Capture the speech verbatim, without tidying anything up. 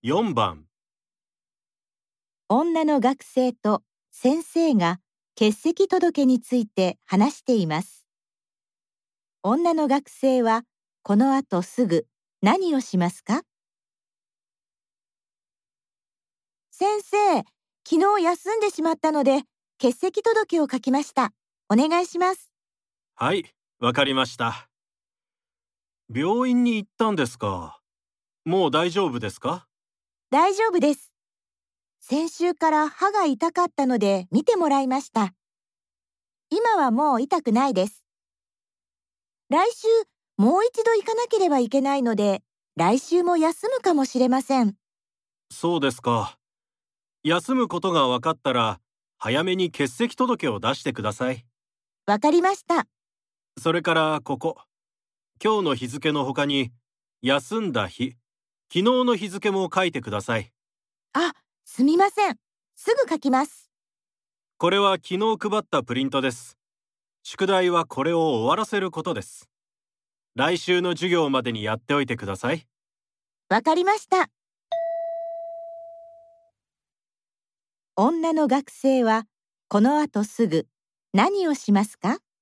よんばん。 女の学生と先生が欠席届について話しています。女の学生はこの後すぐ何をしますか？先生、昨日休んでしまったので欠席届を書きました。お願いします。 はい、わかりました。病院に行ったんですか。もう大丈夫ですか？ 大丈夫です。先週から歯が痛かったので見てもらいました。今はもう痛くないです。来週もう一度行かなければいけないので、来週も休むかもしれません。 そうですか。休むことが分かったら、早めに欠席届を出してください。 わかりました。 それからここ。今日の日付の他に、休んだ日、昨日の日付も書いてください。 あ、すみません。すぐ書きます。 これは昨日配ったプリントです。宿題はこれを終わらせることです。来週の授業までにやっておいてください。 わかりました。女の学生はこの後すぐ何をしますか？